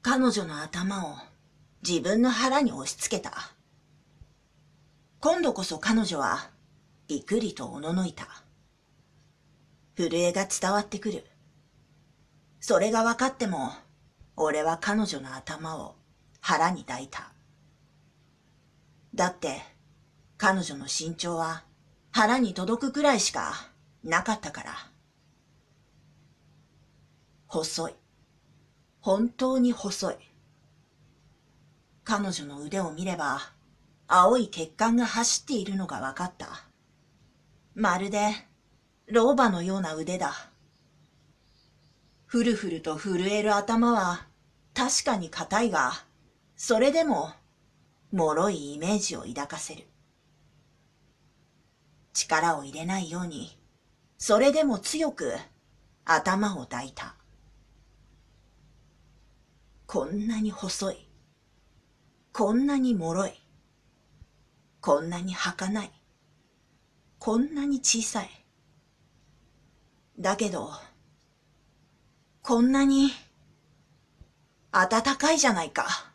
彼女の頭を自分の腹に押し付けた。今度こそ彼女はびくりとおののいた。震えが伝わってくる。それが分かっても、俺は彼女の頭を腹に抱いた。だって、彼女の身長は腹に届くくらいしかなかったから。細い。本当に細い。彼女の腕を見れば、青い血管が走っているのが分かった。まるで、老婆のような腕だ。ふるふると震える頭は、確かに硬いが、それでも、脆いイメージを抱かせる。力を入れないように、それでも強く、頭を抱いた。こんなに細い。こんなに脆い。こんなに儚い。こんなに小さい。だけど、こんなに暖かいじゃないか。